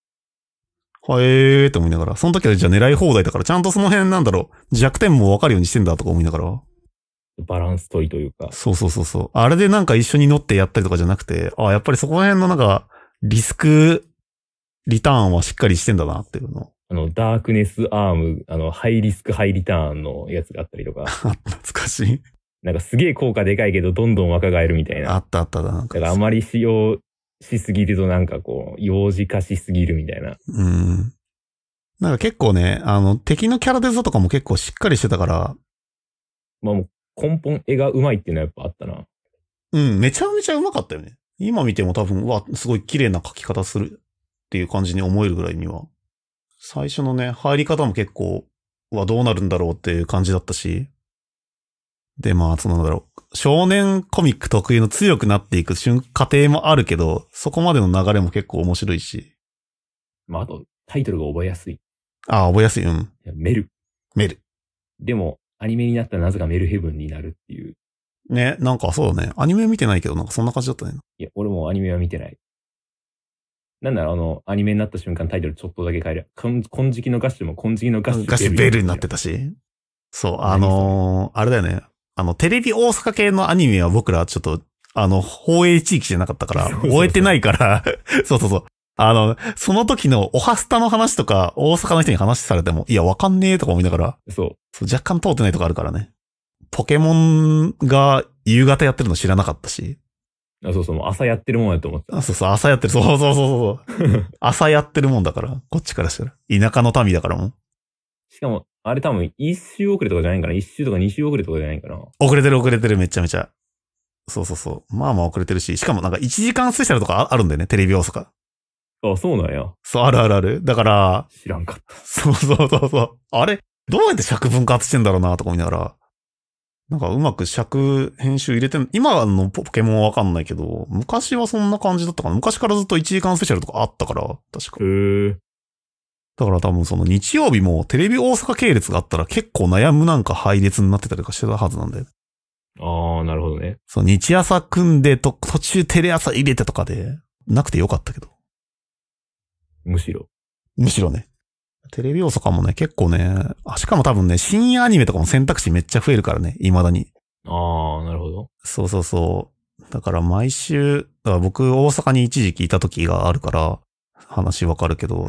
って思いながら。その時はじゃあ狙い放題だから、ちゃんとその辺弱点も分かるようにしてんだとか思いながら。 バランス取りというか。 そう。あれでなんか一緒に乗ってやったりとかじゃなくて、やっぱりそこら辺のなんか、リスク、リターンはしっかりしてんだなっていうの。 ダークネスアーム、ハイリスクハイリターンのやつがあったりとか。 懐かしい。 なんかすげえ効果でかいけど、どんどん若返るみたいな。 あっただ。 なんかあまり使用しすぎるとなんかこう、幼児化しすぎるみたいな。 なんか結構ね、敵のキャラデザとかも結構しっかりしてたから。 まあもう根本絵が上手いっていうのはやっぱあったな。 めちゃめちゃ上手かったよね。今見ても多分、すごい綺麗な描き方するっていう感じに思えるぐらいには。最初のね、入り方も結構、どうなるんだろうっていう感じだったし。で、少年コミック特有の強くなっていく過程もあるけど、そこまでの流れも結構面白いし。 あと、タイトルが覚えやすい。 覚えやすい、 メル。でも、アニメになったらなぜかメルヘブンになるっていう。 ね、なんかそうだね。アニメ見てないけど、なんかそんな感じだったね。 いや、俺もアニメは見てない。なんだろう、アニメになった瞬間タイトルちょっとだけ変える。金色のガッシュも金色のガッシュベルになってたし。そう、あれだよね。テレビ大阪系のアニメは僕らちょっと、放映地域じゃなかったから、終えてないから、そう。その時のオハスタの話とか、大阪の人に話されても、いや、わかんねえとか思いながら、そう若干通ってないとこあるからね。ポケモンが夕方やってるの知らなかったし。 あ、そうそう、もう朝やってるもんやと思ってた。 そうそう、朝やってる。そうそうそうそう。朝やってるもんだから、こっちからしたら。田舎の民だからもん。 しかも、あれ多分一周遅れとかじゃないんかな。一周とか二周遅れとかじゃないんかな。 遅れてる、めちゃめちゃ。そうそうそう。まあまあ遅れてるし、しかもなんか1時間スペシャルとかあるんだよね、テレビ大阪。 あ、そうなんや。 そう、あるあるある。だから、 知らんかった。 そうそうそうそう。あれどうやって尺分割してんだろうな、とか思いながら。なんかうまく尺編集入れてん、今のポケモンはわかんないけど、昔はそんな感じだったかな。昔からずっと1時間スペシャルとかあったから、確か。 へー。 だから多分その日曜日もテレビ大阪系列があったら結構悩むなんか配列になってたりとかしてたはずなんだよ。 ああ、なるほどね。 そう、日朝組んで途中テレ朝入れてとかで、なくてよかったけど。 むしろ。 むしろね。テレビ大阪もね、結構ね、しかも多分ね、深夜アニメとかも選択肢めっちゃ増えるからね、未だに。 ああ、なるほど。 そうそうそう。だから毎週、だから僕大阪に一時期いた時があるから、話わかるけど、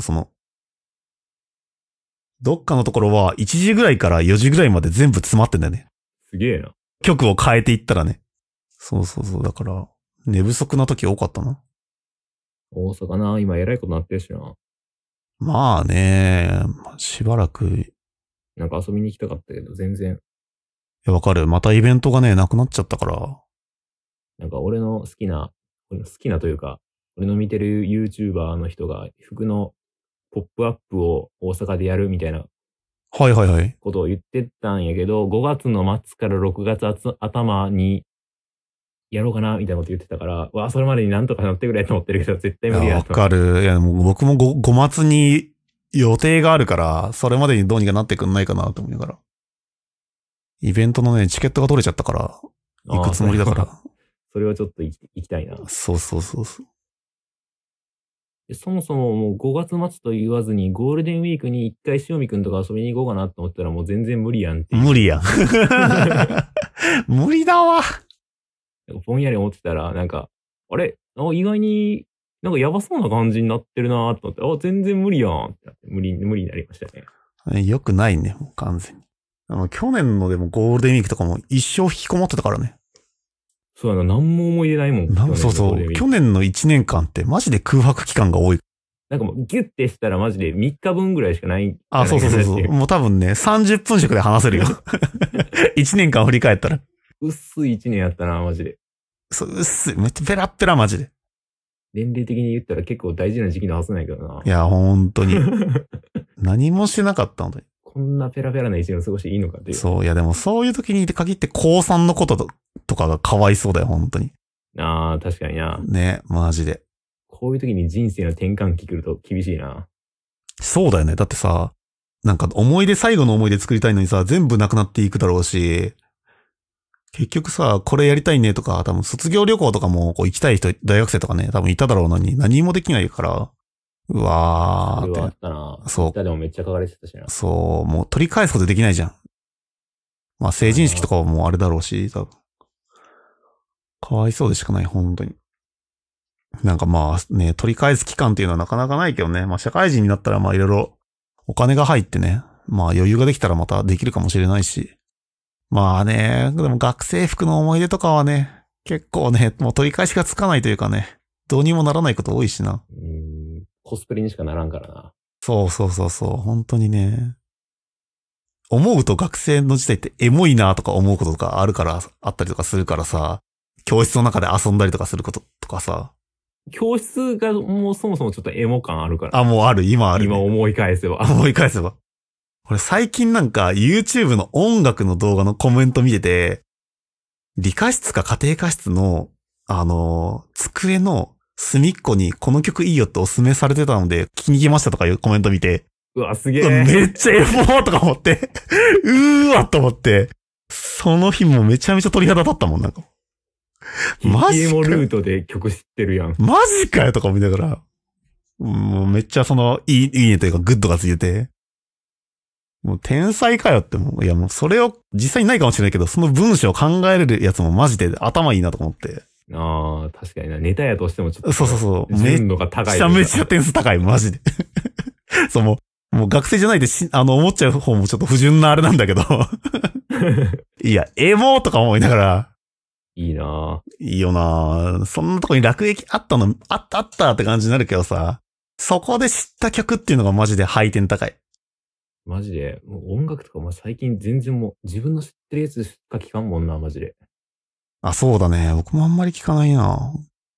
どっかのところは1時ぐらいから4時ぐらいまで全部詰まってんだよね。 すげえな。 曲を変えていったらね。そうそうそう。だから、寝不足な時多かったな。 大阪な、今偉いことなってるしな。 まあね、しばらく、いなんか遊びに行きたかったけど、全然。 やわかる。またイベントがね、なくなっちゃったから。 なんか俺の好きなというか、俺の見てる YouTuber の人が服のポップアップを大阪でやるみたいなはいはいはい。 ことを言ってたんやけど、5月の末から6月頭にやろうかなみたいなこと言ってたから、それまでになんとかなってくれと思ってるけど、絶対無理やと。 わかる。いや、もう僕も5月に予定があるから、それまでにどうにかなってくんないかなと思いながら。イベントのね、チケットが取れちゃったから、行くつもりだから。 それはちょっと行きたいな。 そうそうそうそう。 そもそももう5月末と言わずにゴールデンウィークに一回塩見くんとか遊びに行こうかなと思ったらもう全然無理やんっていう。 無理やん。無理だわ。 ぼんやり思ってたら、なんか、あれ意外になんかやばそうな感じになってるなと思って、全然無理やんってなって無理になりましたね。 よくないね、もう完全に。去年のでもゴールデンウィークとかも一生引きこもってたからね。 そうやな、何も思い出ないもん。 そうそう。去年の1年間ってマジで空白期間が多い。 なんかもうギュッてしたらマジで3日分ぐらいしかない。 そうそうそうそう。もう多分ね、30分尺で話せるよ。1年間振り返ったら。 薄い1年やったな、マジで。 そう、薄い。めっちゃペラッペラマジで。 年齢的に言ったら結構大事な時期のはずないけどな。 いや、本当に。何もしてなかったので。 こんなペラペラな1年を過ごしていいのかっていう。 そう、いやでもそういう時に限って高3のこととかがかわいそうだよ、本当に。 ああ、確かにな。 ね、マジで。 こういう時に人生の転換期来ると厳しいな。 そうだよね。だってさ、なんか最後の思い出作りたいのにさ、全部なくなっていくだろうし、結局さ、これやりたいねとか、多分卒業旅行とかもこう行きたい人、大学生とかね、多分いただろうのに何もできないから、うわーって。 それはあったな。 そう。 でもめっちゃ書かれてたしな。 そう、もう取り返すことできないじゃん。まあ成人式とかはもうあれだろうし、多分。かわいそうでしかない、本当に。なんかまあね、取り返す期間っていうのはなかなかないけどね。まあ社会人になったらまあいろいろお金が入ってね。まあ余裕ができたらまたできるかもしれないし。まあね、でも学生服の思い出とかはね、結構ね、もう取り返しがつかないというかね、どうにもならないこと多いしな。 コスプレにしかならんからな。 そうそうそうそう、本当にね。思うと学生の時代ってエモいなとか思うこととかあるから、あったりとかするからさ、教室の中で遊んだりとかすることとかさ。 教室がもうそもそもちょっとエモ感あるから。 もうある、今ある、 ね。今思い返せば。 思い返せば。俺最近なんか YouTube の音楽の動画のコメント見てて、理科室か家庭科室の、机の隅っこにこの曲いいよっておすすめされてたので聞きに来ましたとかいうコメント見て、 うわ、すげえ。 めっちゃエモーとか思って、うーわと思って、その日もめちゃめちゃ鳥肌立ったもん、なんか。 マジか。エモルートで曲知ってるやん。 マジかよとか見ながら、もうめっちゃいいねというかグッドがついてて、もう天才かよっていやもうそれを実際にないかもしれないけど、その文章を考えれるやつもマジで頭いいなと思って。 ああ、確かにな。ネタやとしてもちょっと。 そうそうそう。 純度が高い。 めちゃ点数高い、マジで。そうもう学生じゃないで思っちゃう方もちょっと不純なあれなんだけど。いや、エモとか思いながら、 いいなぁ。 いいよな。そんなとこに落書きあったの、あったあったって感じになるけどさ、そこで知った曲っていうのがマジで配点高い。 マジで、もう音楽とかも最近全然もう自分の知ってるやつしか聞かんもんな、マジで。 あ、そうだね。僕もあんまり聞かないな。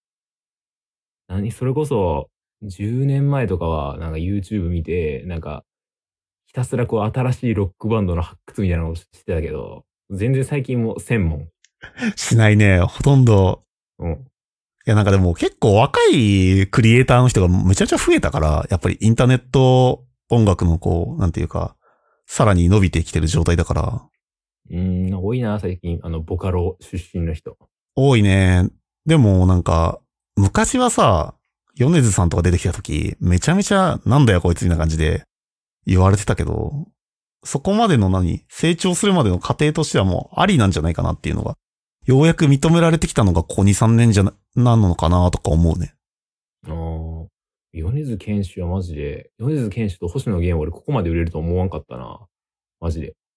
それこそ、10年前とかは、なんか YouTube 見て、なんか、ひたすらこう新しいロックバンドの発掘みたいなのをしてたけど、全然最近もう専門。 しないね。ほとんど。 うん。 いや、なんかでも結構若いクリエイターの人がめちゃめちゃ増えたから、やっぱりインターネット音楽のこう、なんていうか、さらに伸びてきてる状態だから、 多いな、最近。ボカロ出身の人。 多いね。でもなんか、昔はさ、米津さんとか出てきた時、めちゃめちゃなんだよこいつみたいな感じで言われてたけど、そこまでの成長するまでの過程としてはもうありなんじゃないかなっていうのが、ようやく認められてきたのがここ2、3年なのかなとか思うね。 ああ、米津玄師はマジで、米津玄師と星野源は俺ここまで売れると思わんかったな。マジで。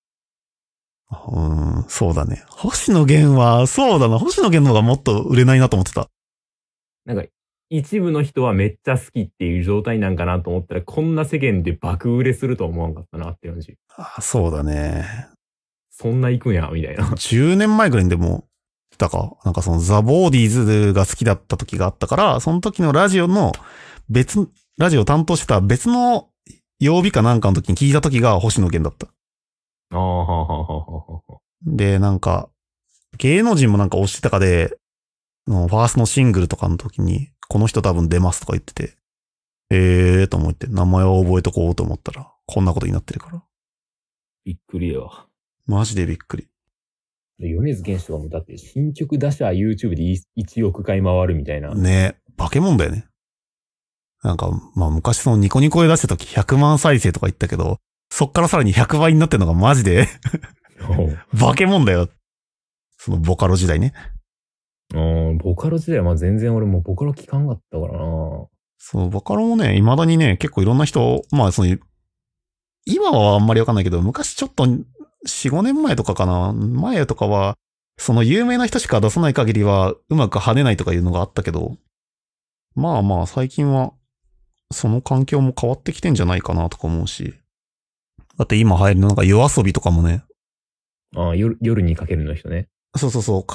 そうだね。星野源は、そうだな。星野源の方がもっと売れないなと思ってた。 なんか、一部の人はめっちゃ好きっていう状態なんかなと思ったら、こんな世間で爆売れするとは思わんかったなって感じ。 そうだね。 そんな行くんや、みたいな。 10年前ぐらいにでも、なんかそのザ・ボーディーズが好きだった時があったから、その時のラジオを担当してた別の曜日かなんかの時に聞いた時が星野源だった。 ああ、はあ、はあ、はあ、はあ。 で、なんか、芸能人もなんか推してたかで、ファーストのシングルとかの時に、この人多分出ますとか言ってて、と思って、名前を覚えとこうと思ったら、こんなことになってるから。 びっくりよ。 マジでびっくり。 米津玄師とかもだって新曲出したら YouTube で1億回回るみたいな。 ね化け物だよね。なんか、まあ昔そのニコニコで出した時100万再生とか言ったけど、そっからさらに100倍になってるのがマジで化け物だよ。そのボカロ時代ね。 ボカロ時代はまあ全然俺もうボカロ聞かんかったからな。 そのボカロもね、未だにね、結構いろんな人、まあその、今はあんまりわかんないけど、昔ちょっと4、5年前とかかな。前とかは、その有名な人しか出さない限りはうまく跳ねないとかいうのがあったけど、まあまあ最近はその環境も変わってきてんじゃないかなとか思うし。だって今流行るのなんか夜遊びとかもね。 ああ、夜にかけるの人ね。 そうそうそう。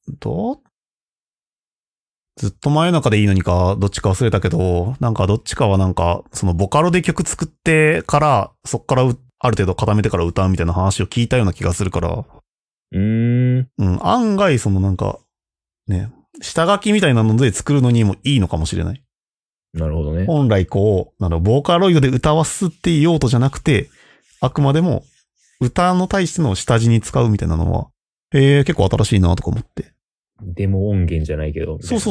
ずっと真夜中でいいのにか、どっちか忘れたけど、なんかどっちかはなんか、そのボカロで曲作ってから、そっからある程度固めてから歌うみたいな話を聞いたような気がするから。案外そのなんか、ね、下書きみたいなので作るのにもいいのかもしれない。 なるほどね。 本来こう、ボーカロイドで歌わすっていう用途じゃなくて、あくまでも歌の対しての下地に使うみたいなのは、結構新しいなとか思って。 デモ音源じゃないけど。 そう。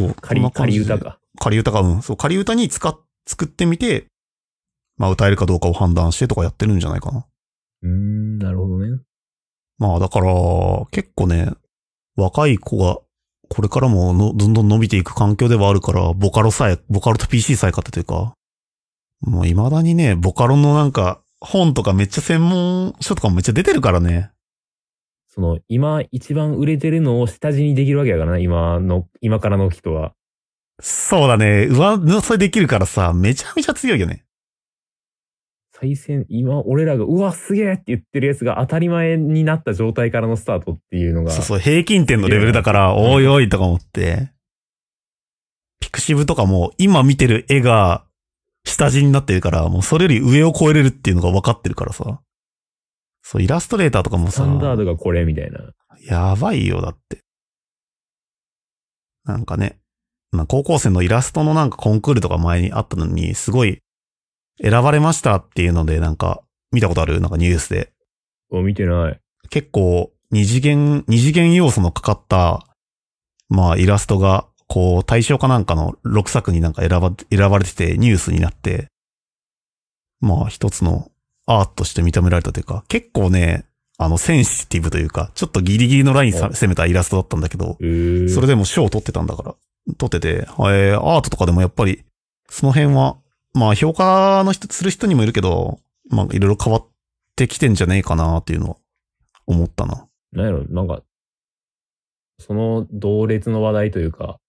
仮歌か。 仮歌か、そう、仮歌に作ってみて、まあ歌えるかどうかを判断してとかやってるんじゃないかな。 なるほどね。 まあだから、結構ね、若い子が、これからもどんどん伸びていく環境ではあるから、ボカロと PC さえ買ったというか、もう未だにね、ボカロのなんか、本とかめっちゃ専門書とかもめっちゃ出てるからね。 その、今一番売れてるのを下地にできるわけだからな、今からの人は。 そうだね。上乗せできるからさ、めちゃめちゃ強いよね。 今、俺らが、うわ、すげえって言ってるやつが当たり前になった状態からのスタートっていうのが。 そう、平均点のレベルだから、おいおいとか思って。ピクシブとかも、今見てる絵が、下地になってるから、もうそれより上を超えれるっていうのが分かってるからさ。そう、イラストレーターとかもさ。 スタンダードがこれみたいな。 やばいよ、だって。なんかね、高校生のイラストのなんかコンクールとか前にあったのに、すごい、選ばれましたっていうので、なんか、見たことある？なんかニュースで。 見てない。 結構、二次元要素のかかった、まあ、イラストが、こう、大賞かなんかの6作になんか選ばれててニュースになって、まあ、一つのアートとして認められたというか、結構ね、センシティブというか、ちょっとギリギリのライン攻めたイラストだったんだけど、それでも賞を取ってたんだから、取ってて、アートとかでもやっぱり、その辺は、まあ評価する人にもいるけど、まあいろいろ変わってきてんじゃねえかなっていうのを思ったな。 なんやろ、なんか、 その同列の話題というか、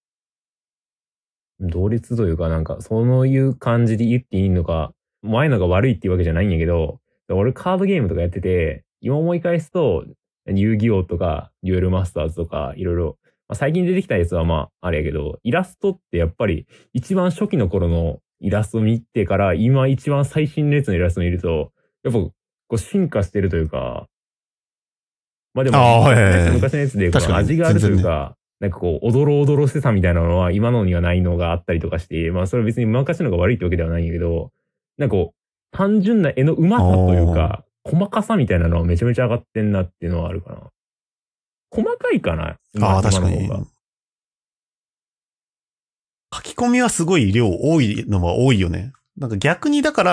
なんか、そういう感じで言っていいのか、前のが悪いっていうわけじゃないんやけど、俺カードゲームとかやってて、今思い返すと、遊戯王とか、デュエルマスターズとか、いろいろ、まあ、最近出てきたやつはまあ、あれやけど、イラストってやっぱり、一番初期の頃のイラスト見てから、今一番最新のやつのイラスト見ると、やっぱ、こう進化してるというか、まあでも、昔のやつでこう味があるというか、なんかこう、おどろおどろしてたみたいなのは今のにはないのがあったりとかして、まあそれは別に昔のが悪いってわけではないんやけど、なんかこう、単純な絵の上手さというか、細かさみたいなのはめちゃめちゃ上がってんなっていうのはあるかな。細かいかなああ、確かに。書き込みはすごい量多いのは多いよね。なんか逆にだから、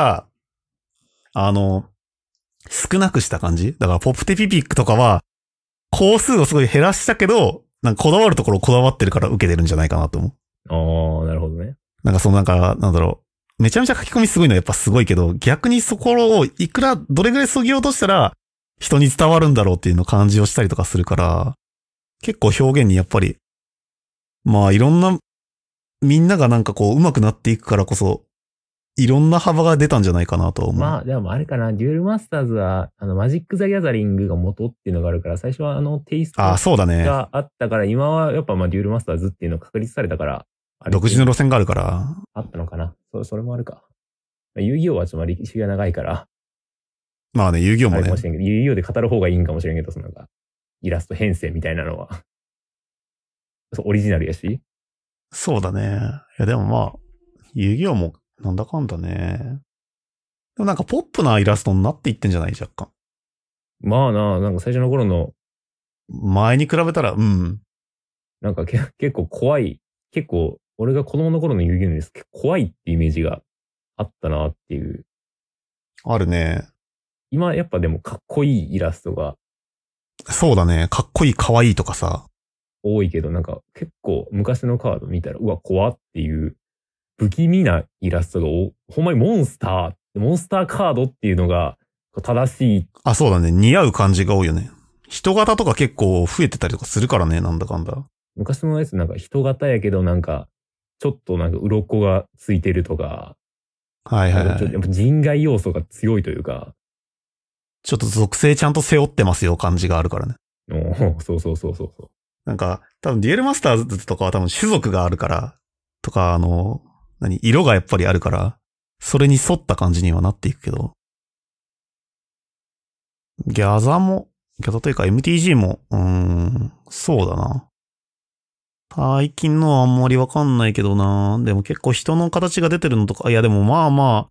少なくした感じだからポプテピピックとかは、工数をすごい減らしたけど、なんかこだわるところこだわってるから受けてるんじゃないかなと思う。ああ、なるほどね。 なんかなんだろう。めちゃめちゃ書き込みすごいのはやっぱすごいけど、逆にそこをいくら、どれぐらい削ぎ落としたら、人に伝わるんだろうっていうのを感じをしたりとかするから、結構表現にやっぱり、まあいろんな、みんながなんかこう上手くなっていくからこそ、いろんな幅が出たんじゃないかなと思う。 まあ、でもあれかな、デュエルマスターズは、マジック・ザ・ギャザリングが元っていうのがあるから、最初はテイストがあったから、今はやっぱまあデュエルマスターズっていうのが確立されたから、 独自の路線があるから。 あったのかな。それもあるか。遊戯王はちょっと歴史が長いから。 まあね、遊戯王もね。 遊戯王で語る方がいいんかもしれんけど、なんか、イラスト編成みたいなのは。オリジナルやし。 そうだね。いやでもまあ、遊戯王もなんだかんだね。でもなんかポップなイラストになっていってんじゃない若干。 まあなんか最初の頃の。 前に比べたら、うん。 なんか結構怖い。結構、俺が子供の頃の遊戯王です。結構怖いってイメージがあったなっていう。 あるね。 今やっぱでもかっこいいイラストが。 そうだね。かっこいい、かわいいとかさ。 多いけど、なんか結構昔のカード見たら、うわ、怖っていう不気味なイラストがほんまにモンスターカードっていうのが正しい。 あ、そうだね。似合う感じが多いよね。人型とか結構増えてたりとかするからね、なんだかんだ。 昔のやつなんか人型やけどなんか、ちょっとなんか鱗がついてるとか。 はいはいはい。 やっぱ人外要素が強いというか。 ちょっと属性ちゃんと背負ってますよ感じがあるからね。 そう。 なんか、多分デュエルマスターズとかは多分種族があるから、とか色がやっぱりあるから、それに沿った感じにはなっていくけど。ギャザというか MTG も、そうだな。最近のはあんまりわかんないけどな。でも結構人の形が出てるのとか、いやでもまあまあ、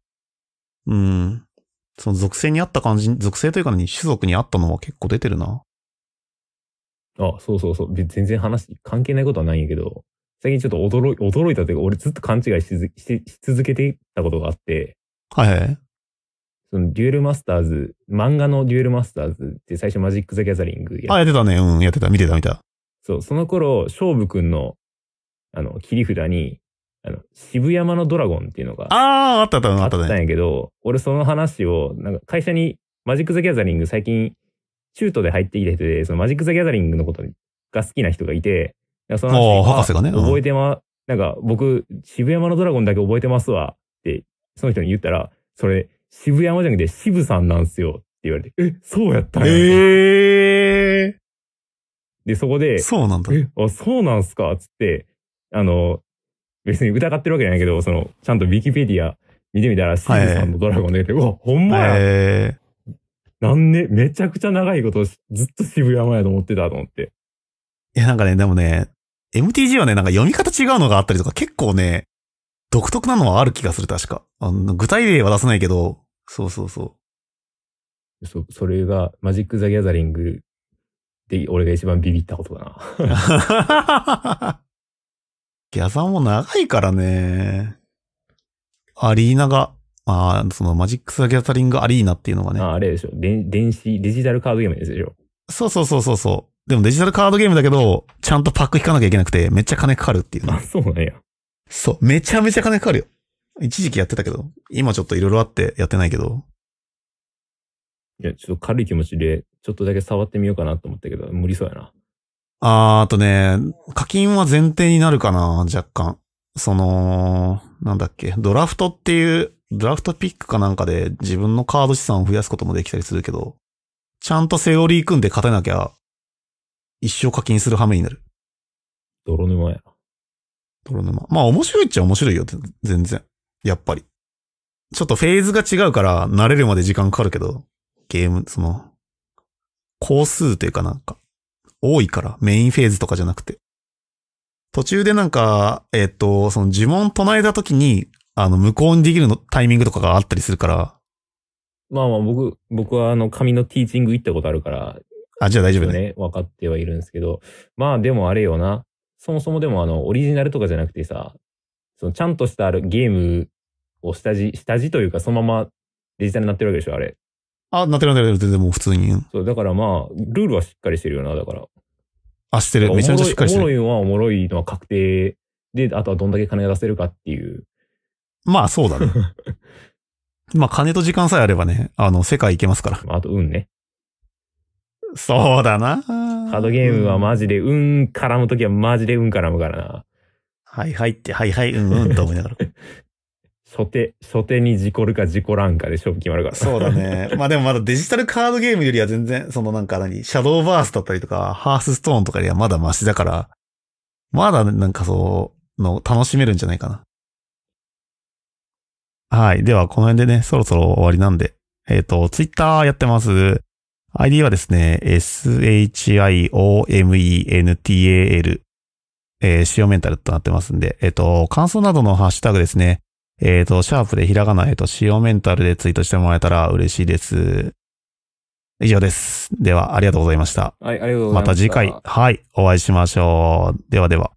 その属性に合った感じ、属性というか種族に合ったのは結構出てるな。 あ、そう。全然話関係ないことはないんやけど、最近ちょっと驚いたというか、俺ずっと勘違いし続けてたことがあって。 はい。 そのデュエルマスターズ、漫画のデュエルマスターズって最初マジック・ザ・ギャザリングやってたね。やってた。見てた。 そう、その頃、勝負くんの、切り札に、渋山のドラゴンっていうのがあったね。 あったんやけど、俺その話を、なんか会社にマジック・ザ・ギャザリング最近、シュートで入ってきた人で、そのマジック・ザ・ギャザリングのことが好きな人がいて、その話博士がね。 覚えてなんか僕、渋山のドラゴンだけ覚えてますわって、その人に言ったら、それ、渋山じゃなくて渋さんなんすよって言われて、そうやったんや。で、そこで、 そうなんだ。 そうなんすかつって、別に疑ってるわけじゃないけど、ちゃんとウィキペディア見てみたら、渋さんのドラゴンで、うわ、ほんまや。めちゃくちゃ長いことずっと渋山やと思ってたと思って。 いや、なんかね、でもね、MTG はね、なんか読み方違うのがあったりとか結構ね、独特なのはある気がする、確か。具体例は出せないけど、そう。 それが、マジック・ザ・ギャザリングで、俺が一番ビビったことだな。 ギャザーも長いからね。アリーナが、そのマジック・ザ・ギャザリング・アリーナっていうのがね。 あれでしょ。デジタルカードゲームですよ。 そう。でもデジタルカードゲームだけど、ちゃんとパック引かなきゃいけなくて、めっちゃ金かかるっていう、 ね。そうなんや。 そう。めちゃめちゃ金かかるよ。一時期やってたけど、今ちょっといろいろあってやってないけど。 いや、ちょっと軽い気持ちで、ちょっとだけ触ってみようかなと思ったけど、無理そうやな。 あとね、課金は前提になるかな、若干。なんだっけ、ドラフトピックかなんかで自分のカード資産を増やすこともできたりするけど、ちゃんとセオリー組んで勝てなきゃ、一生課金する羽目になる。 泥沼や。 泥沼。まあ面白いっちゃ面白いよ、全然。やっぱり。ちょっとフェーズが違うから慣れるまで時間かかるけど、ゲーム、工数というかなんか、多いからメインフェーズとかじゃなくて。途中でなんか、その呪文唱えた時に、無効にできるのタイミングとかがあったりするから。 まあまあ僕は紙のティーチング行ったことあるから、 あ、じゃあ大丈夫ね。 分かってはいるんですけど、まあでもあれよな。そもそもでもオリジナルとかじゃなくてさ、ちゃんとしたゲームを下地というかそのままデジタルになってるわけでしょ、あれ。 あ、なってる全然もう普通に。 そう、だからまあ、ルールはしっかりしてるよな、だから。 あ、してる。めちゃめちゃしっかりしてる。 おもろいのは確定で、あとはどんだけ金が出せるかっていう。 まあそうだね。まあ金と時間さえあればね、世界行けますから。 あと運ね。 そうだな。カードゲームはマジで運絡むときはマジで運絡むからな。 はいはいって、はいはい、うんと思いながら。 初手に事故るか事故らんかで勝負決まるから。 そうだね。まあでもまだデジタルカードゲームよりは全然、シャドーバースだったりとか、ハースストーンとかよりはまだマシだから、まだなんか楽しめるんじゃないかな。はい。では、この辺でね、そろそろ終わりなんで、ツイッターやってます。ID はですね、shiomental、塩メンタルとなってますんで、感想などのハッシュタグですね、シャープでひらがな、塩メンタルでツイートしてもらえたら嬉しいです。以上です。では、ありがとうございました。 はい、ありがとうございました。 また次回、はい、お会いしましょう。ではでは。